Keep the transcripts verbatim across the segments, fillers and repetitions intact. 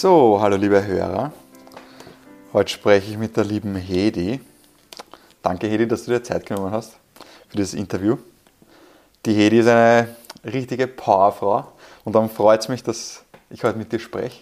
So, hallo liebe Hörer. Heute spreche ich mit der lieben Hedi. Danke Hedi, dass du dir Zeit genommen hast für dieses Interview. Die Hedi ist eine richtige Powerfrau und darum freut es mich, dass ich heute mit dir spreche.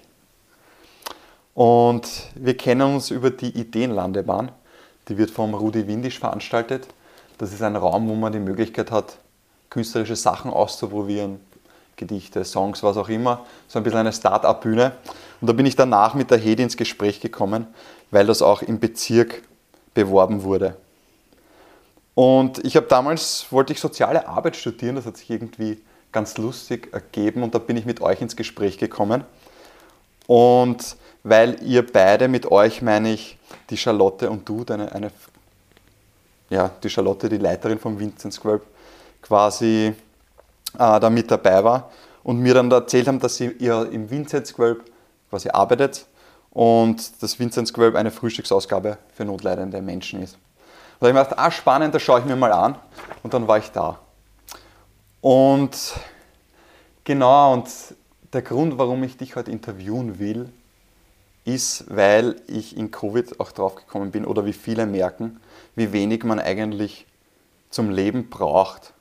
Und wir kennen uns über die Ideenlandebahn. Die wird vom Rudi Windisch veranstaltet. Das ist ein Raum, wo man die Möglichkeit hat, künstlerische Sachen auszuprobieren. Gedichte, Songs, was auch immer. So ein bisschen eine Start-up-Bühne. Und da bin ich danach mit der Hedi ins Gespräch gekommen, weil das auch im Bezirk beworben wurde. Und ich habe damals, wollte ich soziale Arbeit studieren, das hat sich irgendwie ganz lustig ergeben und da bin ich mit euch ins Gespräch gekommen. Und weil ihr beide, mit euch meine ich die Charlotte und du, deine, eine, ja, die Charlotte, die Leiterin vom Vinzenz Square, quasi äh, da mit dabei war und mir dann erzählt haben, dass sie ihr im Vinzenz Square quasi arbeitet und das Vinzenz Square eine Frühstücksausgabe für notleidende Menschen ist. Und da habe ich mir gedacht, ah spannend, das schaue ich mir mal an und dann war ich da. Und genau, und der Grund, warum ich dich heute interviewen will, ist, weil ich in Covid auch drauf gekommen bin oder wie viele merken, wie wenig man eigentlich zum Leben braucht.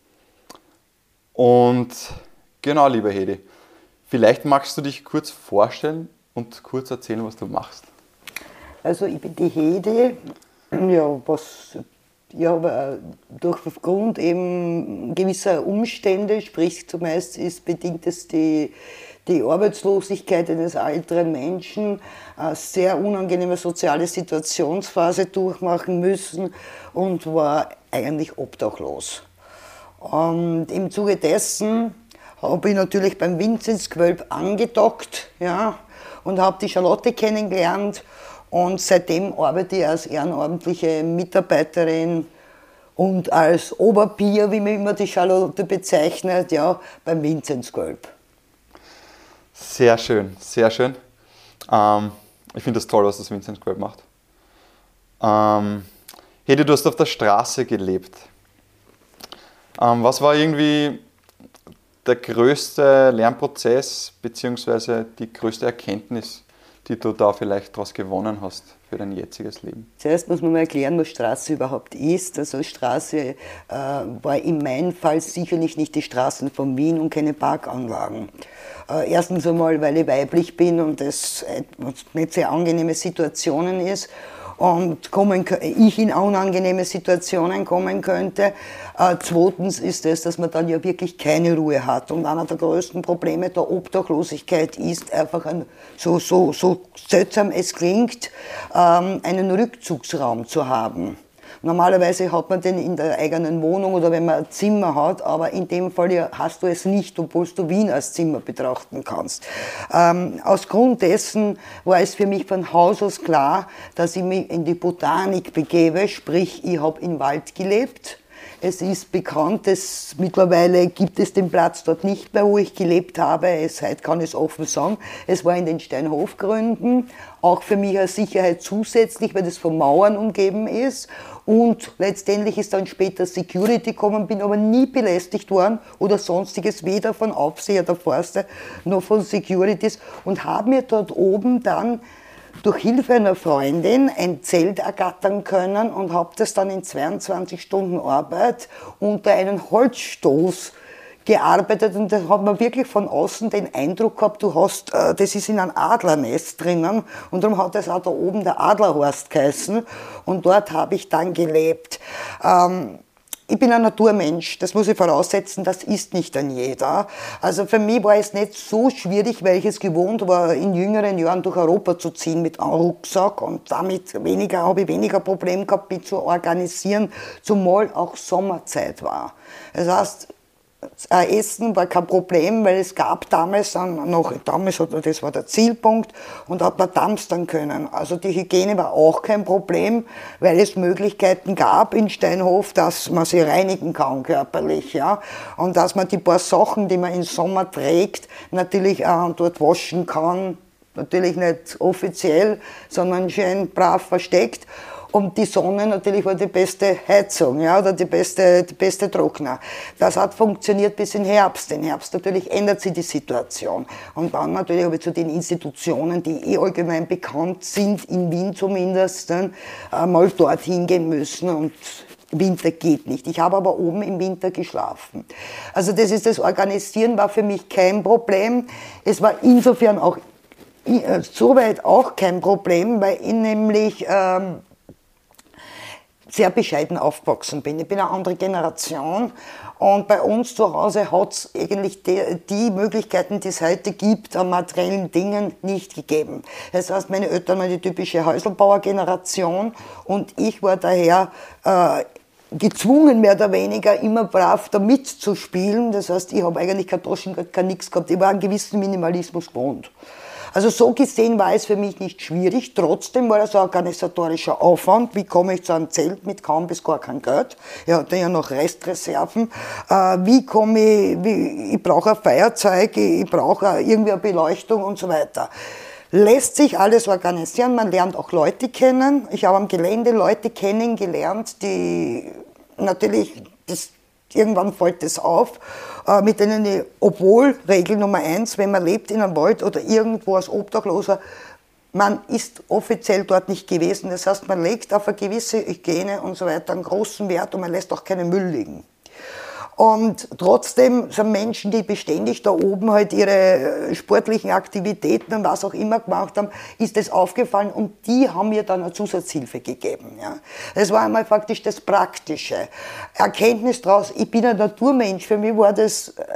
Und genau, liebe Hedi, vielleicht magst du dich kurz vorstellen und kurz erzählen, was du machst. Also ich bin die Hedi, ja, was ja, durch aufgrund eben gewisser Umstände, sprich zumeist ist bedingt es die, die Arbeitslosigkeit eines älteren Menschen, eine sehr unangenehme soziale Situationsphase durchmachen müssen und war eigentlich obdachlos. Und im Zuge dessen habe ich natürlich beim Vinzenz Square angedockt, ja, und habe die Charlotte kennengelernt und seitdem arbeite ich als ehrenamtliche Mitarbeiterin und als Oberbier, wie man immer die Charlotte bezeichnet, ja, beim Vinzenz Square. Sehr schön, sehr schön. Ähm, ich finde das toll, was das Vinzenz Square macht. Ähm, Hedi, du hast auf der Straße gelebt. Ähm, was war irgendwie der größte Lernprozess bzw. die größte Erkenntnis, die du da vielleicht daraus gewonnen hast für dein jetziges Leben? Zuerst muss man mal erklären, was Straße überhaupt ist. Also Straße äh, war in meinem Fall sicherlich nicht die Straßen von Wien und keine Parkanlagen. Äh, erstens einmal, weil ich weiblich bin und das nicht sehr angenehme Situationen ist. Und kommen, ich in unangenehme Situationen kommen könnte. Äh, zweitens ist es, dass man dann ja wirklich keine Ruhe hat. Und einer der größten Probleme der Obdachlosigkeit ist einfach, ein, so, so, so seltsam es klingt, ähm, einen Rückzugsraum zu haben. Normalerweise hat man den in der eigenen Wohnung oder wenn man ein Zimmer hat, aber in dem Fall ja hast du es nicht, obwohl du Wien als Zimmer betrachten kannst. Ähm, aus Grund dessen war es für mich von Haus aus klar, dass ich mich in die Botanik begebe, sprich ich habe im Wald gelebt. Es ist bekannt, dass mittlerweile gibt es den Platz dort nicht mehr, wo ich gelebt habe. Es, heute kann ich es offen sagen. Es war in den Steinhofgründen, auch für mich als Sicherheit zusätzlich, weil das von Mauern umgeben ist. Und letztendlich ist dann später Security gekommen, bin aber nie belästigt worden oder sonstiges, weder von Aufseher der Forste noch von Securities und habe mir dort oben dann durch Hilfe einer Freundin ein Zelt ergattern können und habe das dann in zweiundzwanzig Stunden Arbeit unter einen Holzstoß gearbeitet und da hat man wirklich von außen den Eindruck gehabt, du hast, äh, das ist in einem Adlernest drinnen und darum hat das auch da oben der Adlerhorst geheißen und dort habe ich dann gelebt. Ähm, Ich bin ein Naturmensch, das muss ich voraussetzen, das ist nicht an jeder. Also für mich war es nicht so schwierig, weil ich es gewohnt war, in jüngeren Jahren durch Europa zu ziehen mit einem Rucksack und damit weniger, habe ich weniger Probleme gehabt, mich zu organisieren, zumal auch Sommerzeit war. Das heißt, Essen war kein Problem, weil es gab damals dann noch, damals, das war der Zielpunkt, und hat man dampstern können. Also die Hygiene war auch kein Problem, weil es Möglichkeiten gab in Steinhof, dass man sie reinigen kann körperlich, ja, und dass man die paar Sachen, die man im Sommer trägt, natürlich auch dort waschen kann. Natürlich nicht offiziell, sondern schön brav versteckt. Und die Sonne natürlich war die beste Heizung, ja, oder die beste, die beste Trockner. Das hat funktioniert bis in Herbst. Im Herbst natürlich ändert sich die Situation. Und dann natürlich habe ich zu den Institutionen, die eh allgemein bekannt sind, in Wien zumindest, dann, äh, mal dorthin gehen müssen. Und Winter geht nicht. Ich habe aber oben im Winter geschlafen. Also das ist das Organisieren war für mich kein Problem. Es war insofern auch äh, soweit auch kein Problem, weil ich nämlich ähm, sehr bescheiden aufgewachsen bin. Ich bin eine andere Generation und bei uns zu Hause hat es eigentlich die, die Möglichkeiten, die es heute gibt, an materiellen Dingen nicht gegeben. Das heißt, meine Eltern waren die typische Häuselbauer-Generation und ich war daher äh, gezwungen, mehr oder weniger, immer brav da mitzuspielen. Das heißt, ich habe eigentlich kein Taschengeld, kein nichts gehabt. Ich war einen gewissen Minimalismus gewohnt. Also so gesehen war es für mich nicht schwierig. Trotzdem war das ein organisatorischer Aufwand. Wie komme ich zu einem Zelt mit kaum bis gar kein Geld? Ich hatte ja noch Restreserven. Äh, wie komme ich, wie, ich brauche ein Feuerzeug, ich brauche irgendwie eine Beleuchtung und so weiter. Lässt sich alles organisieren, man lernt auch Leute kennen. Ich habe am Gelände Leute kennengelernt, die natürlich, das, irgendwann fällt das auf, äh, mit denen ich, obwohl Regel Nummer eins, wenn man lebt in einem Wald oder irgendwo als Obdachloser, man ist offiziell dort nicht gewesen. Das heißt, man legt auf eine gewisse Hygiene und so weiter einen großen Wert und man lässt auch keinen Müll liegen. Und trotzdem sind Menschen, die beständig da oben halt ihre sportlichen Aktivitäten und was auch immer gemacht haben, ist das aufgefallen und die haben mir dann eine Zusatzhilfe gegeben. Ja. Das war einmal faktisch das Praktische. Erkenntnis daraus, ich bin ein Naturmensch, für mich war das äh,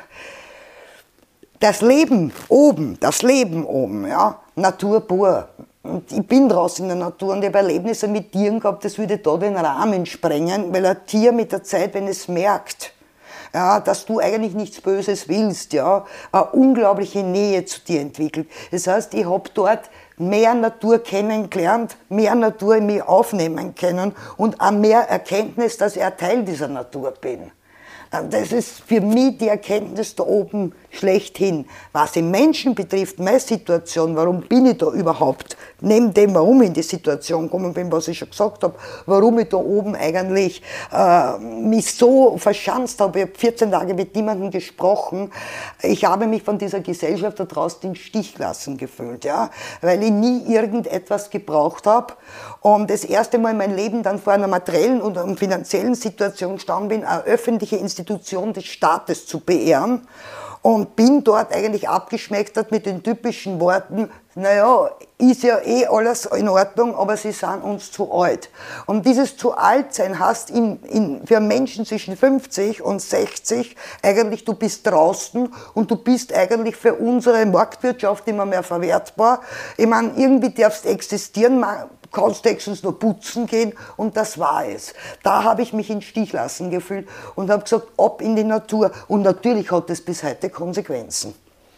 das Leben oben, das Leben oben, ja, Natur pur. Und ich bin draußen in der Natur und ich habe Erlebnisse mit Tieren gehabt, das würde da den Rahmen sprengen, weil ein Tier mit der Zeit, wenn es merkt, ja, dass du eigentlich nichts Böses willst, ja, eine unglaubliche Nähe zu dir entwickelt. Das heißt, ich habe dort mehr Natur kennengelernt, mehr Natur in mich aufnehmen können und auch mehr Erkenntnis, dass ich ein Teil dieser Natur bin. Das ist für mich die Erkenntnis da oben schlechthin. Was den Menschen betrifft, meine Situation, warum bin ich da überhaupt, neben dem, warum ich in die Situation gekommen bin, was ich schon gesagt habe, warum ich da oben eigentlich äh, mich so verschanzt habe. Ich habe vierzehn Tage mit niemandem gesprochen. Ich habe mich von dieser Gesellschaft da draußen den Stich gelassen gefühlt, ja, weil ich nie irgendetwas gebraucht habe. Und das erste Mal in meinem Leben dann vor einer materiellen und einer finanziellen Situation gestanden bin, eine öffentliche Institution des Staates zu beehren. Und bin dort eigentlich abgeschmettert mit den typischen Worten, naja, ist ja eh alles in Ordnung, aber sie sind uns zu alt. Und dieses zu alt sein heißt in, in, für Menschen zwischen fünfzig und sechzig eigentlich, du bist draußen und du bist eigentlich für unsere Marktwirtschaft immer mehr verwertbar. Ich meine, irgendwie darfst du existieren, kannst höchstens nur putzen gehen und das war es. Da habe ich mich in Stich lassen gefühlt und habe gesagt, ab in die Natur. Und natürlich hat das bis heute Konsequenzen.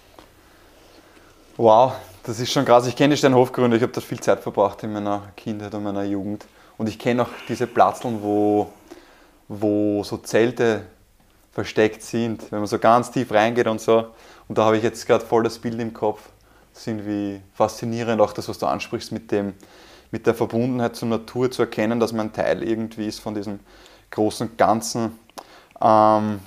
Wow, das ist schon krass. Ich kenne die Steinhofgründe, ich habe da viel Zeit verbracht in meiner Kindheit und meiner Jugend. Und ich kenne auch diese Platzeln, wo, wo so Zelte versteckt sind, wenn man so ganz tief reingeht und so. Und da habe ich jetzt gerade voll das Bild im Kopf. Das ist irgendwie faszinierend, auch das, was du ansprichst mit dem, mit der Verbundenheit zur Natur zu erkennen, dass man ein Teil irgendwie ist von diesem großen Ganzen. Ähm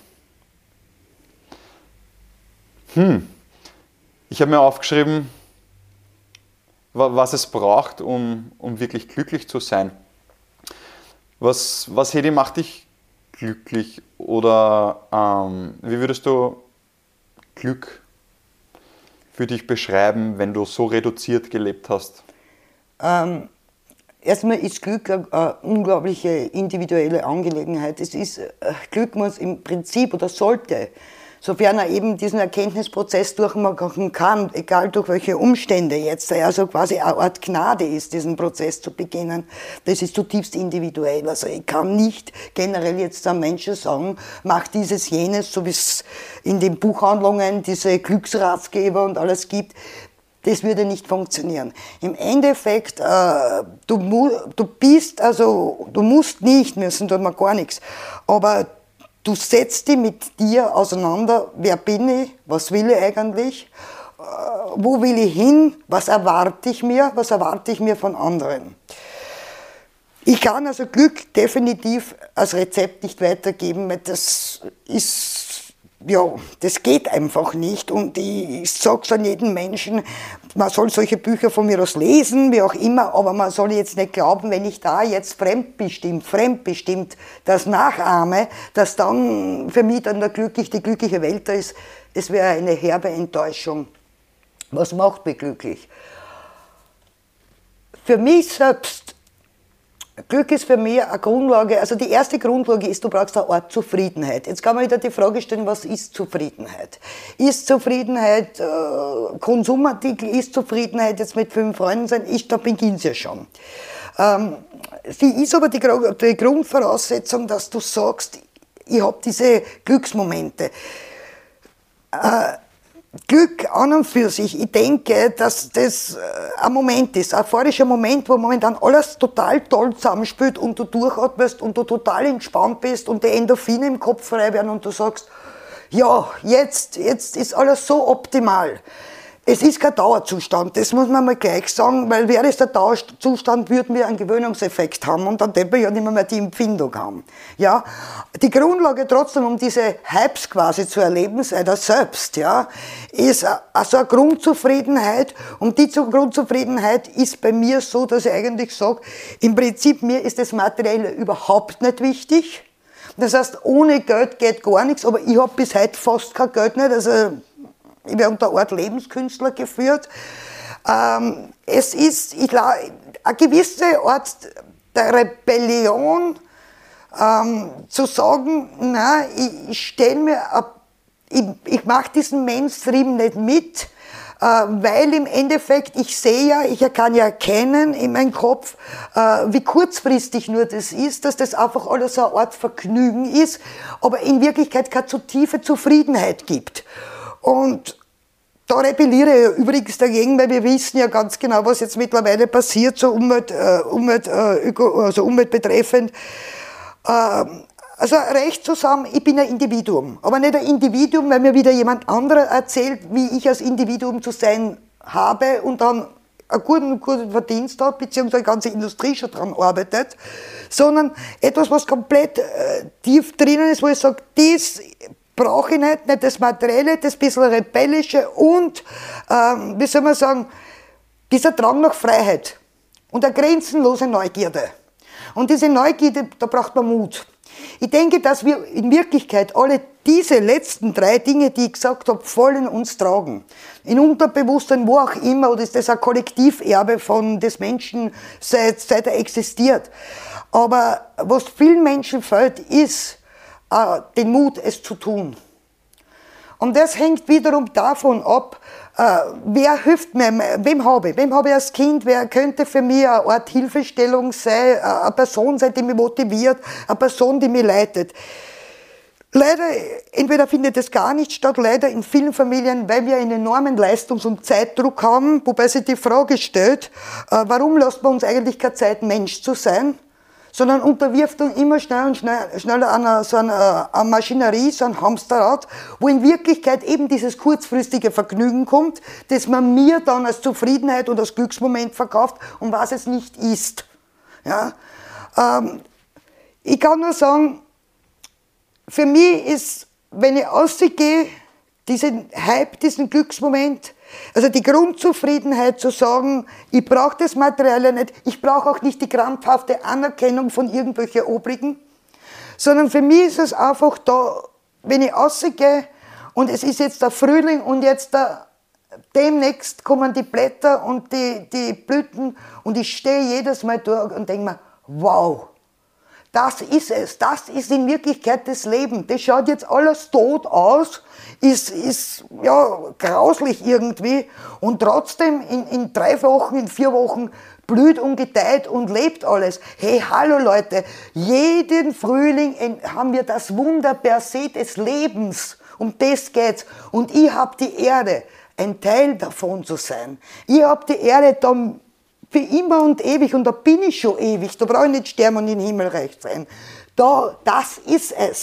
hm. Ich habe mir aufgeschrieben, was es braucht, um, um wirklich glücklich zu sein. Was, was Hedi, macht dich glücklich? Oder ähm, wie würdest du Glück für dich beschreiben, wenn du so reduziert gelebt hast? Ähm, erstmal ist Glück eine, eine unglaubliche individuelle Angelegenheit. Es ist, äh, Glück muss im Prinzip oder sollte, sofern er eben diesen Erkenntnisprozess durchmachen kann, egal durch welche Umstände jetzt, also quasi eine Art Gnade ist, diesen Prozess zu beginnen, das ist zutiefst individuell. Also ich kann nicht generell jetzt einem Menschen sagen, mach dieses, jenes, so wie es in den Buchhandlungen diese Glücksratgeber und alles gibt. Das würde nicht funktionieren. Im Endeffekt, äh, du, mu du bist, also du musst nicht, müssen tut man gar nichts, aber du setzt dich mit dir auseinander, wer bin ich, was will ich eigentlich, äh, wo will ich hin, was erwarte ich mir, was erwarte ich mir von anderen. Ich kann also Glück definitiv als Rezept nicht weitergeben, weil das ist, ja, das geht einfach nicht. Und ich sage es an jeden Menschen, man soll solche Bücher von mir aus lesen, wie auch immer, aber man soll jetzt nicht glauben, wenn ich da jetzt fremdbestimmt, fremdbestimmt das nachahme, dass dann für mich dann der glücklich, die glückliche Welt da ist. Es wäre eine herbe Enttäuschung. Was macht mich glücklich? Für mich selbst, Glück ist für mich eine Grundlage, also die erste Grundlage ist, du brauchst eine Art Zufriedenheit. Jetzt kann man wieder die Frage stellen, was ist Zufriedenheit? Ist Zufriedenheit äh, Konsumartikel, ist Zufriedenheit jetzt mit fünf Freunden sein? Ich, da beginnt es ja schon. Ähm, sie ist aber die, die Grundvoraussetzung, dass du sagst, ich habe diese Glücksmomente. Äh, Glück an und für sich, ich denke, dass das ein Moment ist, ein euphorischer Moment, wo momentan alles total toll zusammenspielt und du durchatmest und du total entspannt bist und die Endorphine im Kopf frei werden und du sagst, ja, jetzt, jetzt ist alles so optimal. Es ist kein Dauerzustand, das muss man mal gleich sagen, weil wäre es der Dauerzustand, würden wir einen Gewöhnungseffekt haben und dann hätten wir ja nicht mehr, mehr die Empfindung haben. Ja? Die Grundlage trotzdem, um diese Hypes quasi zu erleben, sei das selbst, ja, ist also eine Grundzufriedenheit und die Grundzufriedenheit ist bei mir so, dass ich eigentlich sage, im Prinzip mir ist das Materielle überhaupt nicht wichtig. Das heißt, ohne Geld geht gar nichts, aber ich habe bis heute fast kein Geld nicht, also ich werde unter Art Lebenskünstler geführt. Ähm, es ist ich, eine gewisse Art der Rebellion, ähm, zu sagen, nein, ich, ich stelle mir, ich, ich mache diesen Mainstream nicht mit, äh, weil im Endeffekt, ich sehe ja, ich kann ja erkennen in meinem Kopf, äh, wie kurzfristig nur das ist, dass das einfach alles so eine Art Vergnügen ist, aber in Wirklichkeit keine so tiefe Zufriedenheit gibt. Und da rebelliere ich übrigens dagegen, weil wir wissen ja ganz genau, was jetzt mittlerweile passiert, so Umwelt, äh, Umwelt, äh, Öko, also umweltbetreffend. Äh, also recht zusammen, ich bin ein Individuum, aber nicht ein Individuum, weil mir wieder jemand anderer erzählt, wie ich als Individuum zu sein habe und dann einen guten, guten Verdienst hat, beziehungsweise die ganze Industrie schon daran arbeitet, sondern etwas, was komplett äh, tief drinnen ist, wo ich sage, das brauche ich nicht, nicht das Materielle, das bisschen Rebellische und, ähm, wie soll man sagen, dieser Drang nach Freiheit und eine grenzenlose Neugierde. Und diese Neugierde, da braucht man Mut. Ich denke, dass wir in Wirklichkeit alle diese letzten drei Dinge, die ich gesagt habe, voll in uns tragen. In Unterbewusstsein, wo auch immer, oder ist das ein Kollektiverbe von des Menschen, seit, seit er existiert. Aber was vielen Menschen fehlt, ist, Uh, den Mut, es zu tun. Und das hängt wiederum davon ab, uh, wer hilft mir, wem habe ich, wem habe ich als Kind, wer könnte für mich eine Art Hilfestellung sein, uh, eine Person sein, die mich motiviert, eine Person, die mich leitet. Leider, entweder findet es gar nicht statt, leider in vielen Familien, weil wir einen enormen Leistungs- und Zeitdruck haben, wobei sich die Frage stellt, uh, warum lässt man uns eigentlich keine Zeit, Mensch zu sein? Sondern unterwirft uns immer schneller und schneller, schneller an so eine, eine Maschinerie, so ein Hamsterrad, wo in Wirklichkeit eben dieses kurzfristige Vergnügen kommt, das man mir dann als Zufriedenheit und als Glücksmoment verkauft und was es nicht ist. Ja? Ähm, ich kann nur sagen, für mich ist, wenn ich rausgehe, diesen Hype, diesen Glücksmoment, also die Grundzufriedenheit zu sagen, ich brauche das Materielle nicht, ich brauche auch nicht die krampfhafte Anerkennung von irgendwelchen Obrigen, sondern für mich ist es einfach da, wenn ich rausgehe und es ist jetzt der Frühling und jetzt der, demnächst kommen die Blätter und die, die Blüten und ich stehe jedes Mal durch und denke mir, wow, das ist es, das ist in Wirklichkeit das Leben. Das schaut jetzt alles tot aus, ist, ist ja grauslich irgendwie und trotzdem in, in drei Wochen, in vier Wochen blüht und gedeiht und lebt alles. Hey, hallo Leute, jeden Frühling haben wir das Wunder per se des Lebens. Um das geht's. Und ich habe die Ehre, ein Teil davon zu sein. Ich habe die Ehre, da für immer und ewig, und da bin ich schon ewig, da brauche ich nicht sterben und in den Himmelreich sein. Da, das ist es.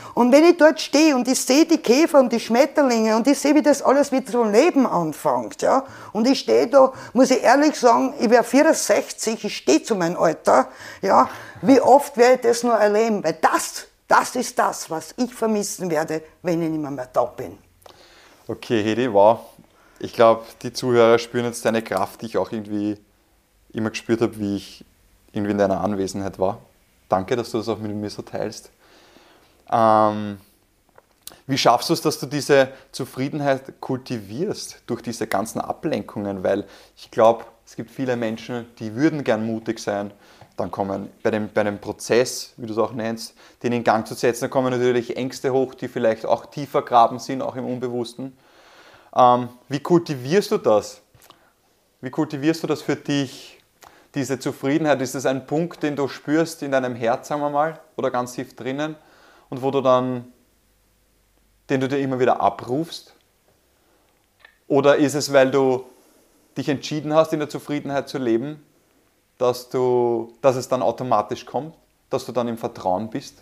Und wenn ich dort stehe und ich sehe die Käfer und die Schmetterlinge und ich sehe, wie das alles wieder zu leben anfängt, ja, und ich stehe da, muss ich ehrlich sagen, ich wäre vierundsechzig, ich stehe zu meinem Alter, ja, wie oft werde ich das noch erleben? Weil das, das ist das, was ich vermissen werde, wenn ich nicht mehr, mehr da bin. Okay, Hedi, wow. Ich glaube, die Zuhörer spüren jetzt deine Kraft, die ich auch irgendwie immer gespürt habe, wie ich irgendwie in deiner Anwesenheit war. Danke, dass du das auch mit mir so teilst. Ähm, wie schaffst du es, dass du diese Zufriedenheit kultivierst durch diese ganzen Ablenkungen? Weil ich glaube, es gibt viele Menschen, die würden gern mutig sein. Dann kommen bei dem, bei dem Prozess, wie du es auch nennst, den in Gang zu setzen, dann kommen natürlich Ängste hoch, die vielleicht auch tiefer graben sind, auch im Unbewussten. Ähm, wie kultivierst du das? Wie kultivierst du das für dich? Diese Zufriedenheit, ist das ein Punkt, den du spürst in deinem Herz, sagen wir mal, oder ganz tief drinnen und wo du dann, den du dir immer wieder abrufst? Oder ist es, weil du dich entschieden hast, in der Zufriedenheit zu leben, dass, du, dass es dann automatisch kommt, dass du dann im Vertrauen bist?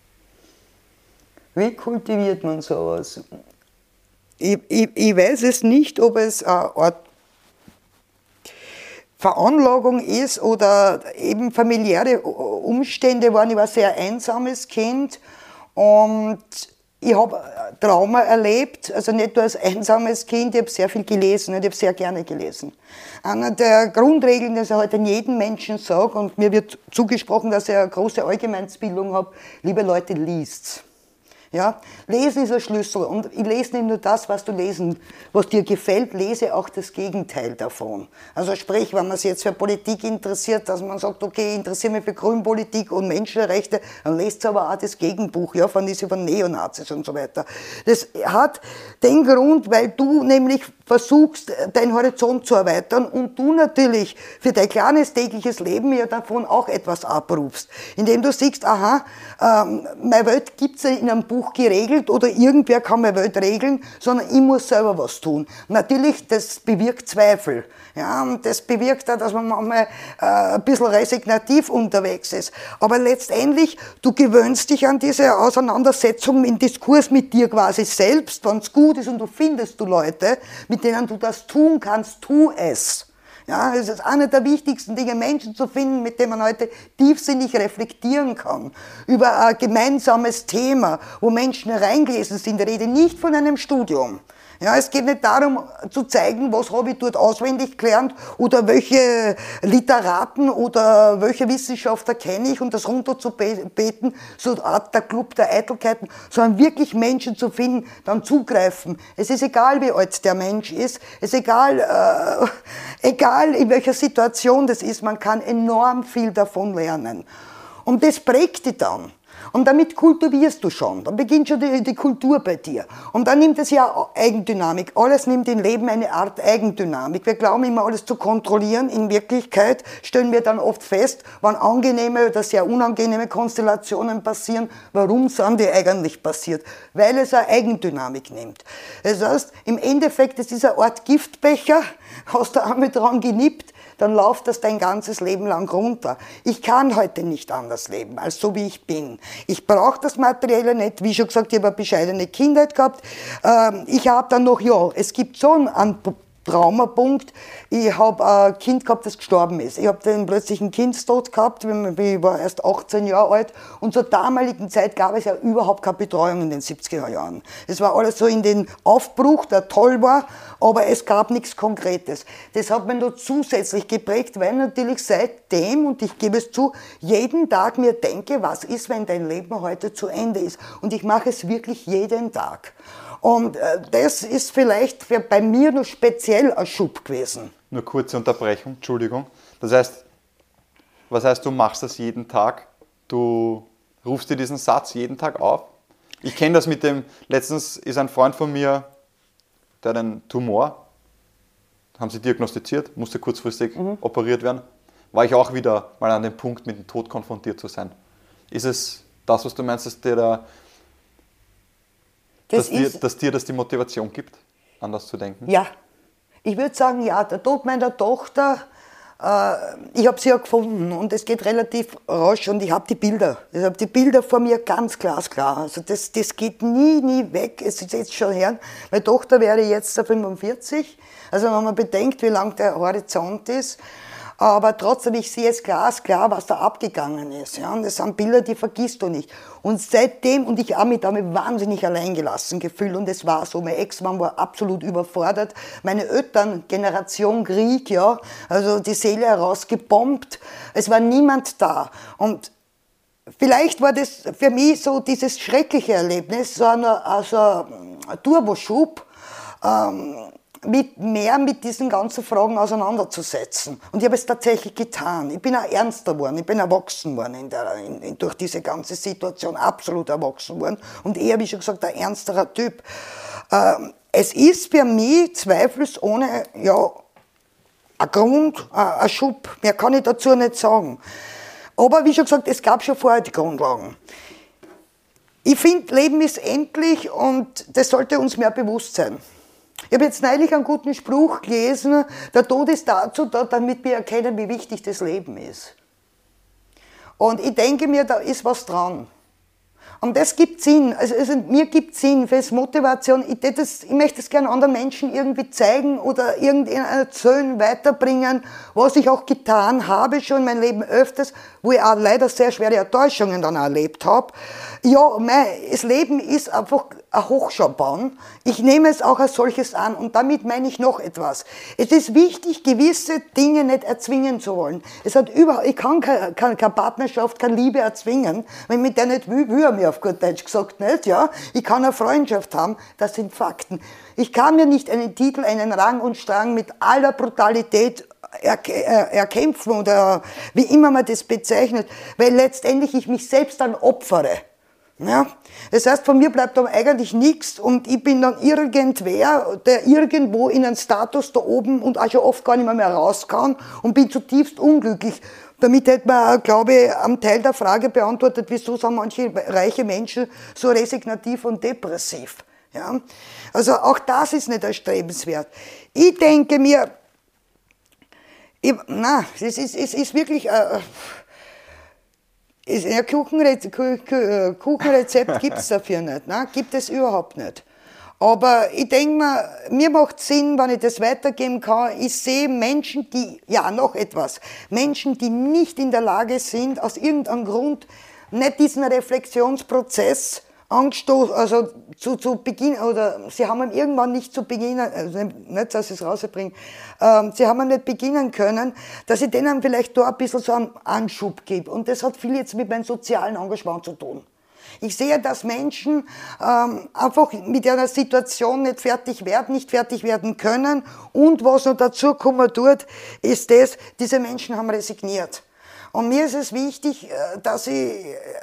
Wie kultiviert man sowas? Ich, ich, ich weiß es nicht, ob es eine Art Veranlagung ist oder eben familiäre Umstände waren. Ich war ein sehr einsames Kind und ich habe Trauma erlebt, also nicht nur als einsames Kind, ich habe sehr viel gelesen und ich habe sehr gerne gelesen. Einer der Grundregeln, die ich heute jedem Menschen sage, und mir wird zugesprochen, dass ich eine große Allgemeinsbildung habe, liebe Leute, liest's. Ja, lesen ist ein Schlüssel und ich lese nicht nur das, was du lesen, was dir gefällt, lese auch das Gegenteil davon. Also sprich, wenn man sich jetzt für Politik interessiert, dass man sagt, okay, ich interessiere mich für Grünpolitik und Menschenrechte, dann lest aber auch das Gegenbuch, ja, von diesen von Neonazis und so weiter. Das hat den Grund, weil du nämlich versuchst, deinen Horizont zu erweitern und du natürlich für dein kleines tägliches Leben ja davon auch etwas abrufst, indem du siehst, aha, ähm, meine Welt gibt's ja in einem Buch geregelt oder irgendwer kann meine Welt regeln, sondern ich muss selber was tun. Natürlich, das bewirkt Zweifel. Ja, und das bewirkt auch, dass man manchmal äh, ein bisschen resignativ unterwegs ist. Aber letztendlich, du gewöhnst dich an diese Auseinandersetzung im Diskurs mit dir quasi selbst, wenn es gut ist und du findest du Leute, mit denen du das tun kannst, tu es. Ja, es ist einer der wichtigsten Dinge, Menschen zu finden, mit denen man heute tiefsinnig reflektieren kann. Über ein gemeinsames Thema, wo Menschen reingelesen sind. Ich rede nicht von einem Studium. Ja, es geht nicht darum, zu zeigen, was habe ich dort auswendig gelernt oder welche Literaten oder welche Wissenschaftler kenne ich und das runterzubeten, so eine Art der Club der Eitelkeiten, sondern wirklich Menschen zu finden, dann zugreifen. Es ist egal, wie alt der Mensch ist, es ist egal, äh, egal in welcher Situation das ist, man kann enorm viel davon lernen. Und das prägt dich dann. Und damit kultivierst du schon, dann beginnt schon die, die Kultur bei dir. Und dann nimmt es ja Eigendynamik. Alles nimmt im Leben eine Art Eigendynamik. Wir glauben immer, alles zu kontrollieren. In Wirklichkeit stellen wir dann oft fest, wann angenehme oder sehr unangenehme Konstellationen passieren. Warum sind die eigentlich passiert? Weil es eine Eigendynamik nimmt. Das heißt, im Endeffekt ist dieser Art Giftbecher, hast du einmal dran genippt, dann läuft das dein ganzes Leben lang runter. Ich kann heute nicht anders leben, als so wie ich bin. Ich brauche das Materielle nicht. Wie schon gesagt, ich habe eine bescheidene Kindheit gehabt. Ich habe dann noch, ja, es gibt so einen Traumapunkt. Ich habe ein Kind gehabt, das gestorben ist. Ich habe den plötzlichen Kindstod gehabt, ich war erst achtzehn Jahre alt und zur damaligen Zeit gab es ja überhaupt keine Betreuung in den siebziger Jahren. Es war alles so in den Aufbruch, der toll war, aber es gab nichts Konkretes. Das hat mich noch zusätzlich geprägt, weil natürlich seitdem, und ich gebe es zu, jeden Tag mir denke, was ist, wenn dein Leben heute zu Ende ist. Und ich mache es wirklich jeden Tag. Und das ist vielleicht für bei mir nur speziell ein Schub gewesen. Nur kurze Unterbrechung, Entschuldigung. Das heißt, was heißt, du machst das jeden Tag? Du rufst dir diesen Satz jeden Tag auf? Ich kenne das mit dem, letztens ist ein Freund von mir, der hat einen Tumor, haben sie diagnostiziert, musste kurzfristig mhm. operiert werden. War ich auch wieder mal an dem Punkt, mit dem Tod konfrontiert zu sein. Ist es das, was du meinst, dass dir da Dass dir, dass dir das die Motivation gibt, anders zu denken? Ja, ich würde sagen, ja, der Tod meiner Tochter, Ich habe sie ja gefunden und es geht relativ rasch und ich habe die Bilder. Ich habe die Bilder vor mir ganz glasklar. Also das, das geht nie, nie weg. Es ist jetzt schon her. Meine Tochter wäre jetzt fünfundvierzig. Also wenn man bedenkt, wie lang der Horizont ist. Aber trotzdem, ich sehe es glasklar, was da abgegangen ist. Ja? Und das sind Bilder, die vergisst du nicht. Und seitdem, und ich habe mich damit wahnsinnig alleingelassen gefühlt, und es war so, mein Ex-Mann war absolut überfordert. Meine Eltern, Generation Krieg, ja, also die Seele herausgebombt. Es war niemand da. Und vielleicht war das für mich so dieses schreckliche Erlebnis, so ein, also ein Turboschub, ähm, mit mehr mit diesen ganzen Fragen auseinanderzusetzen. Und ich habe es tatsächlich getan. Ich bin auch ernster geworden, ich bin erwachsen worden in der, in, in, durch diese ganze Situation, absolut erwachsen worden. Und eher, wie schon gesagt, ein ernsterer Typ. Ähm, es ist für mich zweifelsohne ja, ein Grund, ein, ein Schub. Mehr kann ich dazu nicht sagen. Aber wie schon gesagt, es gab schon vorher die Grundlagen. Ich finde, Leben ist endlich und das sollte uns mehr bewusst sein. Ich habe jetzt neulich einen guten Spruch gelesen, der Tod ist dazu da, damit wir erkennen, wie wichtig das Leben ist. Und ich denke mir, da ist was dran. Und das gibt Sinn, also, also mir gibt Sinn, für das Motivation, ich, das, ich möchte es gerne anderen Menschen irgendwie zeigen oder irgendwie erzählen, weiterbringen, was ich auch getan habe, schon in meinem Leben öfters, wo ich auch leider sehr schwere Enttäuschungen dann erlebt habe. Ja, mein, das Leben ist einfach eine Hochschaubahn. Ich nehme es auch als solches an und damit meine ich noch etwas. Es ist wichtig, gewisse Dinge nicht erzwingen zu wollen. Es hat überhaupt, ich kann keine, keine, keine Partnerschaft, keine Liebe erzwingen, wenn ich mit der nicht will, will er mir auf gut Deutsch gesagt nicht, ja. Ich kann eine Freundschaft haben, das sind Fakten. Ich kann mir nicht einen Titel, einen Rang und Strang mit aller Brutalität erkämpfen oder wie immer man das bezeichnet, weil letztendlich ich mich selbst dann opfere. Ja, das heißt, von mir bleibt dann eigentlich nichts und ich bin dann irgendwer, der irgendwo in einen Status da oben und auch schon oft gar nicht mehr, mehr raus kann und bin zutiefst unglücklich. Damit hätte man, glaube ich, am Teil der Frage beantwortet, wieso sind manche reiche Menschen so resignativ und depressiv. Ja, also auch das ist nicht erstrebenswert. Ich denke mir, ich, na, es ist, es ist wirklich... Äh, Ein Kuchenrezept, Kuchenrezept gibt es dafür nicht, ne? Gibt es überhaupt nicht. Aber ich denke mir, mir macht Sinn, wenn ich das weitergeben kann. Ich sehe Menschen, die, ja noch etwas, Menschen, die nicht in der Lage sind, aus irgendeinem Grund nicht diesen Reflexionsprozess angestoßen, also zu, zu Beginn, oder sie haben ihn irgendwann nicht zu beginnen, also nicht, dass sie es rausbringen, ähm, sie haben ihn nicht beginnen können, dass ich denen vielleicht da ein bisschen so einen Anschub gebe. Und das hat viel jetzt mit meinem sozialen Engagement zu tun. Ich sehe, dass Menschen ähm, einfach mit einer Situation nicht fertig werden, nicht fertig werden können. Und was noch dazu kommen tut, ist das, diese Menschen haben resigniert. Und mir ist es wichtig, dass ich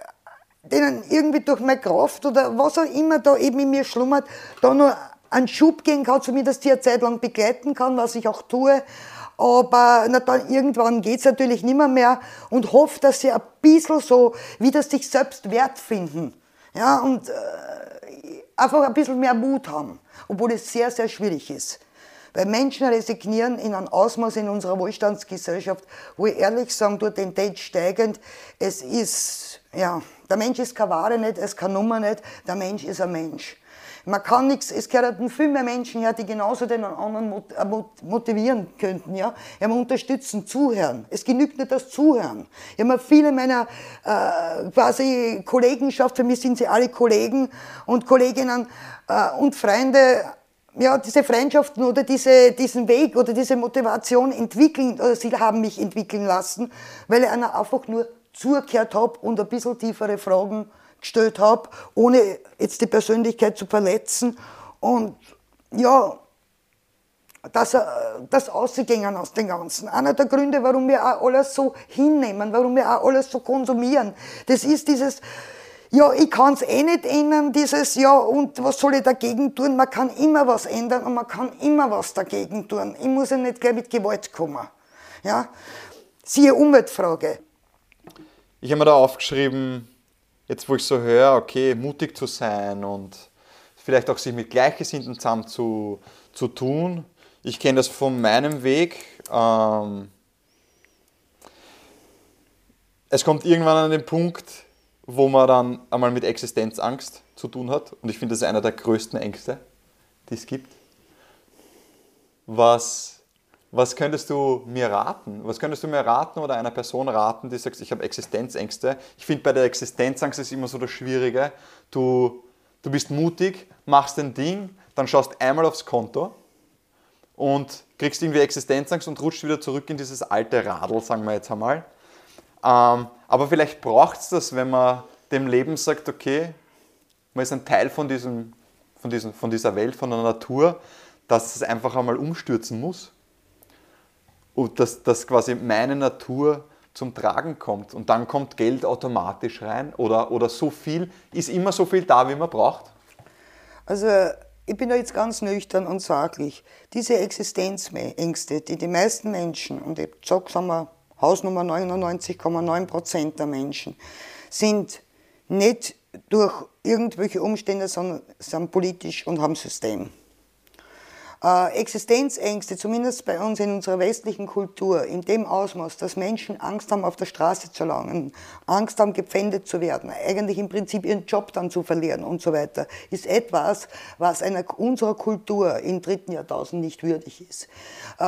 denen irgendwie durch meine Kraft oder was auch immer da eben in mir schlummert, da nur einen Schub geben kann, zumindest die eine Zeit lang begleiten kann, was ich auch tue. Aber na, dann irgendwann geht's natürlich nicht mehr, mehr und hoffe, dass sie ein bisschen so wieder sich selbst wert finden. Ja, und äh, einfach ein bisschen mehr Mut haben, obwohl es sehr, sehr schwierig ist. Weil Menschen resignieren in einem Ausmaß in unserer Wohlstandsgesellschaft, wo ich ehrlich sagen, durch den Tendenz steigend, es ist, ja, der Mensch ist keine Ware nicht, er ist keine Nummer nicht, der Mensch ist ein Mensch. Man kann nichts, es gehören viel mehr Menschen her, die genauso den anderen motivieren könnten, ja, ja unterstützen, zuhören. Es genügt nicht das Zuhören. Ich habe viele meiner äh, quasi Kollegenschaft, für mich sind sie alle Kollegen und Kolleginnen äh, und Freunde, ja, diese Freundschaften oder diese, diesen Weg oder diese Motivation entwickeln, oder sie haben mich entwickeln lassen, weil ich einer einfach nur zugehört habe und ein bisschen tiefere Fragen gestellt habe, ohne jetzt die Persönlichkeit zu verletzen. Und ja, das, das Ausgehen aus dem Ganzen. Einer der Gründe, warum wir auch alles so hinnehmen, warum wir auch alles so konsumieren, das ist dieses, ja, ich kann es eh nicht ändern, dieses, ja, und was soll ich dagegen tun? Man kann immer was ändern und man kann immer was dagegen tun. Ich muss ja nicht gleich mit Gewalt kommen. Ja? Siehe Umweltfrage. Ich habe mir da aufgeschrieben, jetzt wo ich so höre, okay, mutig zu sein und vielleicht auch sich mit Gleichgesinnten zusammen zu, zu tun. Ich kenne das von meinem Weg. Ähm, es kommt irgendwann an den Punkt, wo man dann einmal mit Existenzangst zu tun hat. Und ich finde, das ist einer der größten Ängste, die es gibt. Was, was könntest du mir raten? Was könntest du mir raten oder einer Person raten, die sagt, ich habe Existenzängste? Ich finde, bei der Existenzangst ist immer so das Schwierige. Du, du bist mutig, machst ein Ding, dann schaust einmal aufs Konto und kriegst irgendwie Existenzangst und rutscht wieder zurück in dieses alte Radl, sagen wir jetzt einmal. Ähm, aber vielleicht braucht es das, wenn man dem Leben sagt, okay, man ist ein Teil von, diesem, von, diesem, von dieser Welt, von der Natur, dass es einfach einmal umstürzen muss. Und dass, dass quasi meine Natur zum Tragen kommt. Und dann kommt Geld automatisch rein oder, oder so viel, ist immer so viel da, wie man braucht. Also ich bin da jetzt ganz nüchtern und sachlich. Diese Existenzängste, die die meisten Menschen, und ich sage, sagen wir, Hausnummer neunundneunzig Komma neun Prozent der Menschen, sind nicht durch irgendwelche Umstände, sondern sind politisch und haben System. Äh, Existenzängste, zumindest bei uns in unserer westlichen Kultur, in dem Ausmaß, dass Menschen Angst haben, auf der Straße zu langen, Angst haben, gepfändet zu werden, eigentlich im Prinzip ihren Job dann zu verlieren und so weiter, ist etwas, was einer, unserer Kultur im dritten Jahrtausend nicht würdig ist. Äh,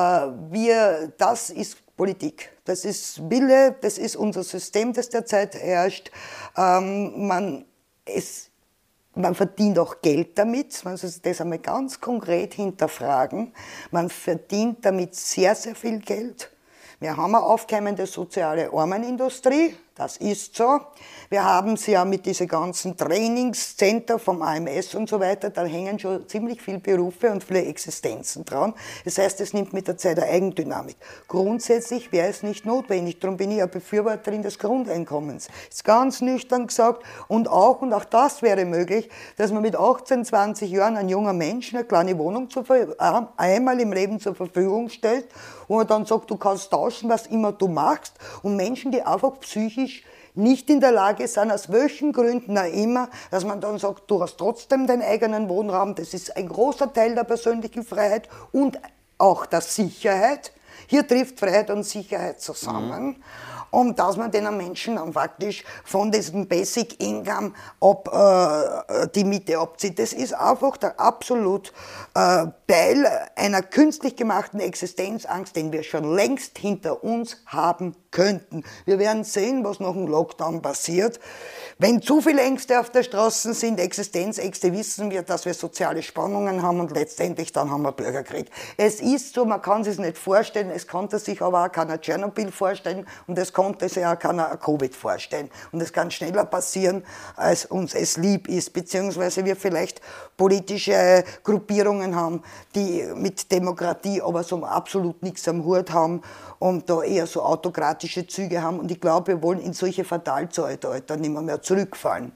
wir, das ist Politik, das ist Wille, das ist unser System, das derzeit herrscht. Ähm, man, es Man verdient auch Geld damit, man muss das einmal ganz konkret hinterfragen. Man verdient damit sehr, sehr viel Geld. Wir haben eine aufkeimende soziale Armenindustrie, das ist so. Wir haben sie ja mit diesen ganzen Trainingscenter vom A M S und so weiter, da hängen schon ziemlich viele Berufe und viele Existenzen dran. Das heißt, es nimmt mit der Zeit eine Eigendynamik. Grundsätzlich wäre es nicht notwendig, darum bin ich eine Befürworterin des Grundeinkommens. Das ist ganz nüchtern gesagt und auch, und auch das wäre möglich, dass man mit achtzehn, zwanzig Jahren ein junger Mensch eine kleine Wohnung zur, einmal im Leben zur Verfügung stellt, wo man dann sagt, du kannst tauschen, was immer du machst, und Menschen, die einfach psychisch nicht in der Lage sind, aus welchen Gründen auch immer, dass man dann sagt, du hast trotzdem deinen eigenen Wohnraum, das ist ein großer Teil der persönlichen Freiheit und auch der Sicherheit. Hier trifft Freiheit und Sicherheit zusammen. Mhm. Und dass man den Menschen dann faktisch von diesem Basic Income ab, äh, die Miete abzieht. Das ist einfach der absolut äh, Teil einer künstlich gemachten Existenzangst, den wir schon längst hinter uns haben könnten. Wir werden sehen, was nach dem Lockdown passiert. Wenn zu viele Ängste auf der Straße sind, Existenzängste, wissen wir, dass wir soziale Spannungen haben und letztendlich dann haben wir Bürgerkrieg. Es ist so, man kann es sich nicht vorstellen, es konnte sich aber auch keiner Tschernobyl vorstellen und es konnte sich auch keiner Covid vorstellen. Und es kann schneller passieren, als uns es lieb ist, beziehungsweise wir vielleicht politische Gruppierungen haben, die mit Demokratie aber so absolut nichts am Hut haben und da eher so autokratische Züge haben. Und ich glaube, wir wollen in solche Fatalzeitalter nicht mehr, mehr zurückfallen.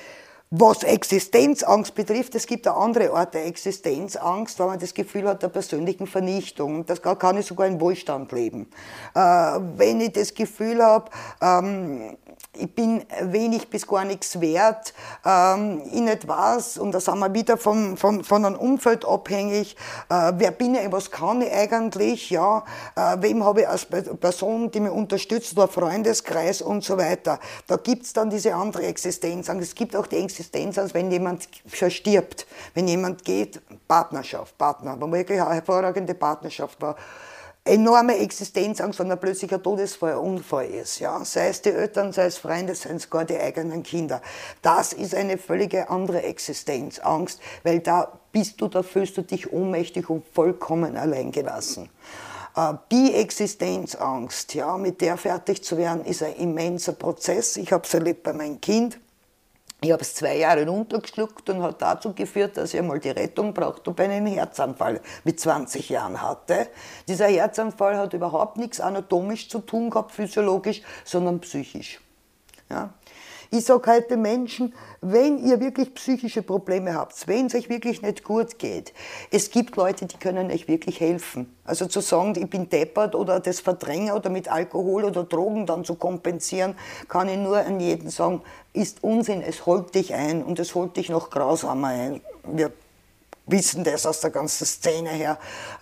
Was Existenzangst betrifft, es gibt eine andere Art der Existenzangst, weil man das Gefühl hat der persönlichen Vernichtung. Und das kann ich sogar in Wohlstand leben. Äh, wenn ich das Gefühl habe, ähm, ich bin wenig bis gar nichts wert, ähm, ich nicht weiß, und da sind wir wieder vom, von, von einem Umfeld abhängig, äh, wer bin ich, was kann ich eigentlich, ja, äh, wem habe ich als Person, die mich unterstützt, oder Freundeskreis und so weiter. Da gibt es dann diese andere Existenzangst. Es gibt auch die Existenzangst, wenn jemand verstirbt, wenn jemand geht, Partnerschaft, Partner, wo wirklich eine hervorragende Partnerschaft war, enorme Existenzangst, wenn ein plötzlicher Todesfall, ein Unfall ist. Ja? Sei es die Eltern, sei es Freunde, sei es gar die eigenen Kinder. Das ist eine völlige andere Existenzangst, weil da bist du, da fühlst du dich ohnmächtig und vollkommen alleingelassen. Die Existenzangst, ja, mit der fertig zu werden, ist ein immenser Prozess. Ich habe es erlebt bei meinem Kind. Ich habe es zwei Jahre runtergeschluckt und hat dazu geführt, dass ich einmal die Rettung brauchte und einen Herzanfall mit zwanzig Jahren hatte. Dieser Herzanfall hat überhaupt nichts anatomisch zu tun gehabt, physiologisch, sondern psychisch. Ja. Ich sage heute Menschen, wenn ihr wirklich psychische Probleme habt, wenn es euch wirklich nicht gut geht, es gibt Leute, die können euch wirklich helfen. Also zu sagen, ich bin deppert oder das verdrängen oder mit Alkohol oder Drogen dann zu kompensieren, kann ich nur an jeden sagen, ist Unsinn, es holt dich ein und es holt dich noch grausamer ein. Wir wissen das aus der ganzen Szene her.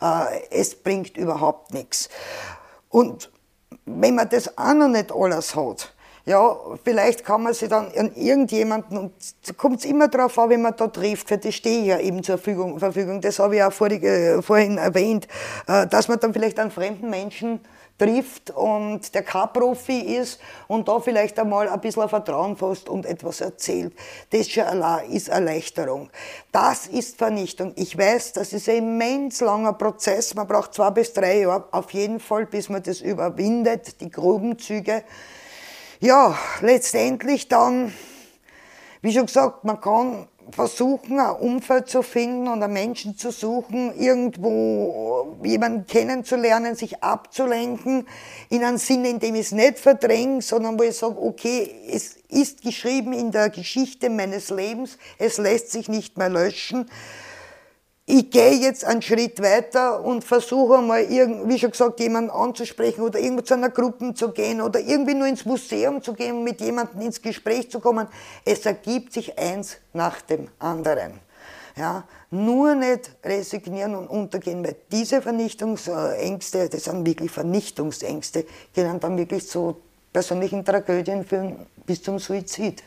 Es bringt überhaupt nichts. Und wenn man das auch noch nicht alles hat, Ja, vielleicht kann man sich dann an irgendjemanden, und da kommt es immer darauf an, wenn man da trifft, für das stehe ich ja eben zur Verfügung, Verfügung. Das habe ich auch vorig, äh, vorhin erwähnt, äh, dass man dann vielleicht einen fremden Menschen trifft und der kein Profi ist und da vielleicht einmal ein bisschen Vertrauen fasst und etwas erzählt. Das schon allein ist Erleichterung. Das ist Vernichtung. Ich weiß, das ist ein immens langer Prozess. Man braucht zwei bis drei Jahre auf jeden Fall, bis man das überwindet, die groben Züge. Ja, letztendlich dann, wie schon gesagt, man kann versuchen, ein Umfeld zu finden und einen Menschen zu suchen, irgendwo jemanden kennenzulernen, sich abzulenken, in einem Sinne, in dem ich es nicht verdränge, sondern wo ich sage, okay, es ist geschrieben in der Geschichte meines Lebens, es lässt sich nicht mehr löschen. Ich gehe jetzt einen Schritt weiter und versuche mal, wie schon gesagt, jemanden anzusprechen oder irgendwo zu einer Gruppe zu gehen oder irgendwie nur ins Museum zu gehen, mit jemandem ins Gespräch zu kommen. Es ergibt sich eins nach dem anderen. Ja, nur nicht resignieren und untergehen, weil diese Vernichtungsängste, das sind wirklich Vernichtungsängste, können dann wirklich zu persönlichen Tragödien führen bis zum Suizid.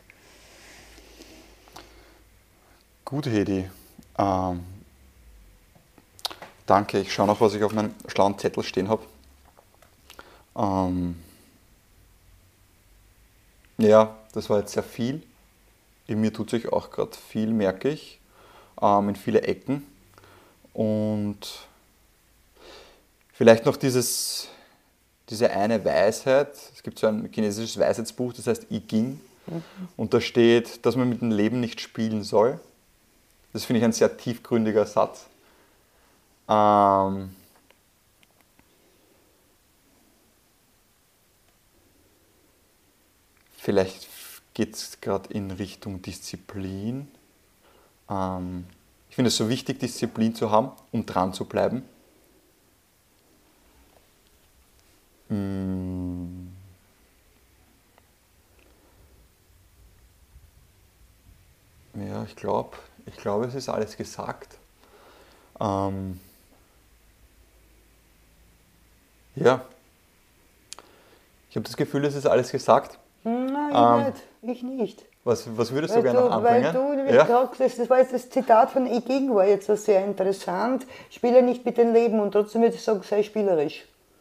Gut, Hedi. Ähm Danke, ich schaue noch, was ich auf meinem schlauen Zettel stehen habe. Ähm ja, das war jetzt sehr viel. In mir tut sich auch gerade viel, merke ich, ähm, in viele Ecken. Und vielleicht noch dieses, diese eine Weisheit. Es gibt so ein chinesisches Weisheitsbuch, das heißt I Ching. Mhm. Und da steht, dass man mit dem Leben nicht spielen soll. Das finde ich ein sehr tiefgründiger Satz. Ähm, vielleicht geht es gerade in Richtung Disziplin. Ähm, ich finde es so wichtig, Disziplin zu haben, um dran zu bleiben. Mm. Ja, ich glaube, ich glaube, es ist alles gesagt. Ähm, Ja, ich habe das Gefühl, es ist alles gesagt. Nein, Ähm, ich nicht. Ich nicht. Was, was würdest Weil du gerne du, noch anbringen? weil du nämlich Ja? sagst, das, das war jetzt das Zitat von I Ching, war jetzt so sehr interessant. Spiele nicht mit dem Leben und trotzdem würde ich sagen, sei spielerisch.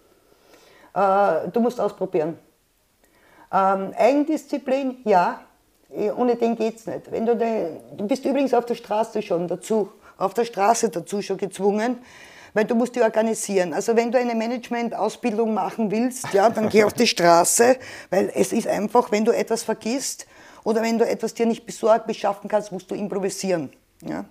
Äh, du musst ausprobieren. Ähm, Eigendisziplin, ja, ohne den geht es nicht. Wenn du, den, du bist übrigens auf der Straße schon dazu, auf der Straße dazu schon gezwungen, weil du musst dich organisieren. Also wenn du eine Management-Ausbildung machen willst, ja, dann geh auf die Straße, weil es ist einfach, wenn du etwas vergisst oder wenn du etwas dir nicht besorgt, beschaffen kannst, musst du improvisieren. Ja.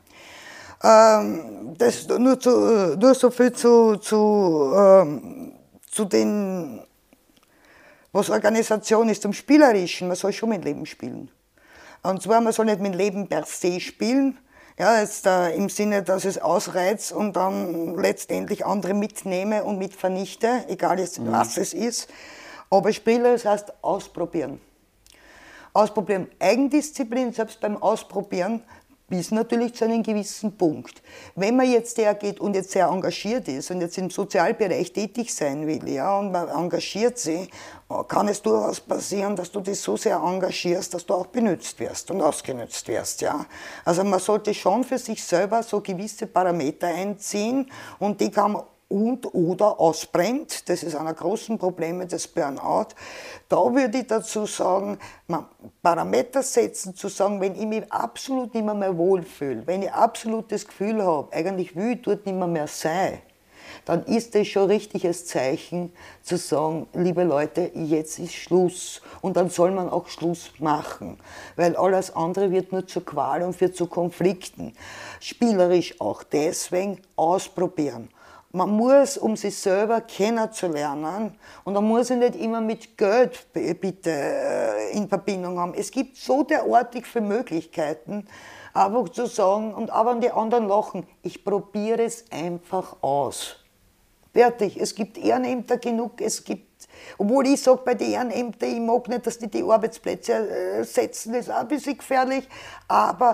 Ähm, das nur, zu, nur so viel zu, zu, ähm, zu den, was Organisation ist, zum Spielerischen. Man soll schon mit Leben spielen. Und zwar, man soll nicht mit Leben per se spielen, ja, jetzt äh, im Sinne, dass es ausreizt und dann letztendlich andere mitnehme und mit vernichte, egal jetzt, mhm. was es ist. Aber Spieler, das heißt ausprobieren. Ausprobieren. Eigendisziplin, selbst beim Ausprobieren, bis natürlich zu einem gewissen Punkt. Wenn man jetzt hergeht und jetzt sehr engagiert ist und jetzt im Sozialbereich tätig sein will, ja, und man engagiert sich, kann es durchaus passieren, dass du dich so sehr engagierst, dass du auch benutzt wirst und ausgenutzt wirst, ja. Also man sollte schon für sich selber so gewisse Parameter einziehen und die kann man und oder ausbrennt, das ist einer großen Probleme des Burnout. Da würde ich dazu sagen, man Parameter setzen, zu sagen, wenn ich mich absolut nicht mehr, mehr wohlfühle, wenn ich absolut das Gefühl habe, eigentlich will ich dort nicht mehr, mehr sein, dann ist das schon ein richtiges Zeichen zu sagen, liebe Leute, jetzt ist Schluss. Und dann soll man auch Schluss machen, weil alles andere wird nur zur Qual und führt zu Konflikten. Spielerisch auch deswegen ausprobieren. Man muss, um sich selber kennenzulernen, und man muss sich nicht immer mit Geld bitte in Verbindung haben. Es gibt so derartig viele Möglichkeiten, einfach zu sagen, und aber an die anderen lachen, ich probiere es einfach aus. Fertig. Es gibt Ehrenämter genug, es gibt, obwohl ich sage, bei den Ehrenämtern, ich mag nicht, dass die die Arbeitsplätze setzen, das ist auch ein bisschen gefährlich, aber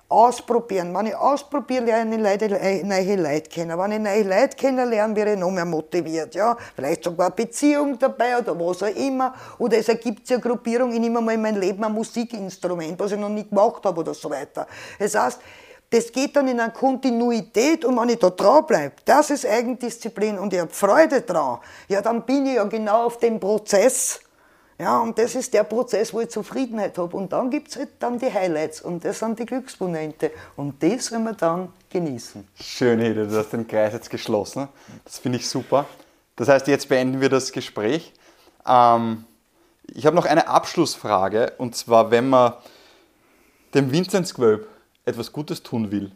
Ausprobieren. Wenn ich ausprobiere, lerne ich Leute, neue Leute kennen. Wenn ich neue Leute kennenlerne, werde ich noch mehr motiviert. Ja? Vielleicht sogar eine Beziehung dabei oder was auch immer. Oder es ergibt sich eine Gruppierung, ich nehme mal in mein Leben ein Musikinstrument, was ich noch nie gemacht habe oder so weiter. Das heißt, das geht dann in einer Kontinuität und wenn ich da dran bleibe, das ist Eigendisziplin und ich habe Freude dran, ja, dann bin ich ja genau auf dem Prozess. Ja, und das ist der Prozess, wo ich Zufriedenheit habe. Und dann gibt es halt dann die Highlights und das sind die Glücksmomente. Und das soll man dann genießen. Schön, Hede, du hast den Kreis jetzt geschlossen. Das finde ich super. Das heißt, jetzt beenden wir das Gespräch. Ähm, ich habe noch eine Abschlussfrage. Und zwar, wenn man dem Vinzenzgwölb etwas Gutes tun will,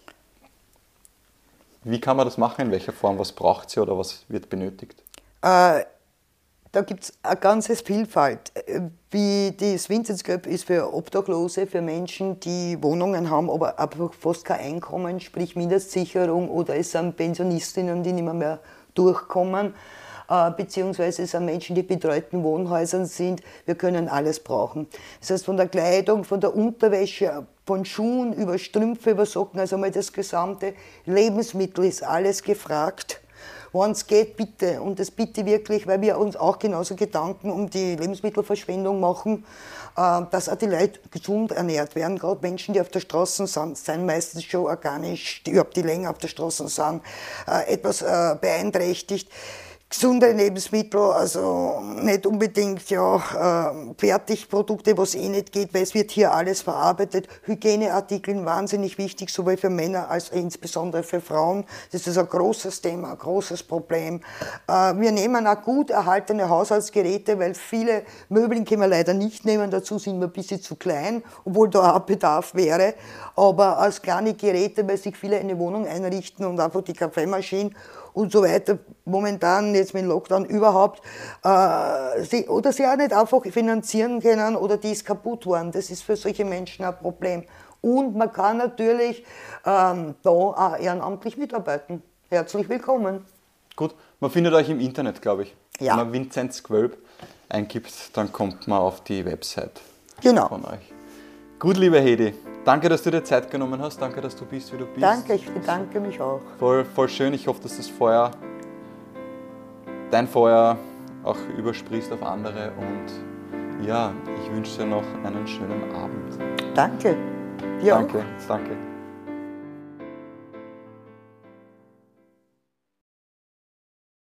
wie kann man das machen? In welcher Form? Was braucht sie oder was wird benötigt? Äh, Da gibt es eine ganze Vielfalt. Wie das Vinzenzgwölb ist für Obdachlose, für Menschen, die Wohnungen haben, aber einfach fast kein Einkommen, sprich Mindestsicherung, oder es sind Pensionistinnen, die nicht mehr, mehr durchkommen, äh, beziehungsweise es sind Menschen, die in betreuten Wohnhäusern sind. Wir können alles brauchen. Das heißt, von der Kleidung, von der Unterwäsche, von Schuhen über Strümpfe, über Socken, also mal das gesamte Lebensmittel ist alles gefragt. Wenn es geht, bitte. Und das bitte wirklich, weil wir uns auch genauso Gedanken um die Lebensmittelverschwendung machen, äh, dass auch die Leute gesund ernährt werden. Gerade Menschen, die auf der Straße sind, sind meistens schon organisch, die überhaupt die länger auf der Straße sind, äh, etwas äh, beeinträchtigt. Gesunde Lebensmittel, also nicht unbedingt ja, äh, Fertigprodukte, was eh nicht geht, weil es wird hier alles verarbeitet. Hygieneartikel wahnsinnig wichtig, sowohl für Männer als insbesondere für Frauen. Das ist ein großes Thema, ein großes Problem. Äh, wir nehmen auch gut erhaltene Haushaltsgeräte, weil viele Möbeln können wir leider nicht nehmen, dazu sind wir ein bisschen zu klein, obwohl da auch Bedarf wäre. Aber als kleine Geräte, weil sich viele eine Wohnung einrichten und einfach die Kaffeemaschine und so weiter, momentan jetzt mit dem Lockdown überhaupt, äh, sie, oder sie auch nicht einfach finanzieren können oder die ist kaputt worden. Das ist für solche Menschen ein Problem. Und man kann natürlich ähm, da auch ehrenamtlich mitarbeiten. Herzlich willkommen. Gut, man findet euch im Internet, glaube ich. Ja. Wenn man Vinzenzgwölb eingibt, dann kommt man auf die Website Genau. von euch. Gut, liebe Hedi, danke, dass du dir Zeit genommen hast. Danke, dass du bist, wie du bist. Danke, ich bedanke mich auch. Voll, voll schön. Ich hoffe, dass das Feuer, dein Feuer auch übersprießt auf andere. Und ja, ich wünsche dir noch einen schönen Abend. Danke. Dir Danke, auch. danke.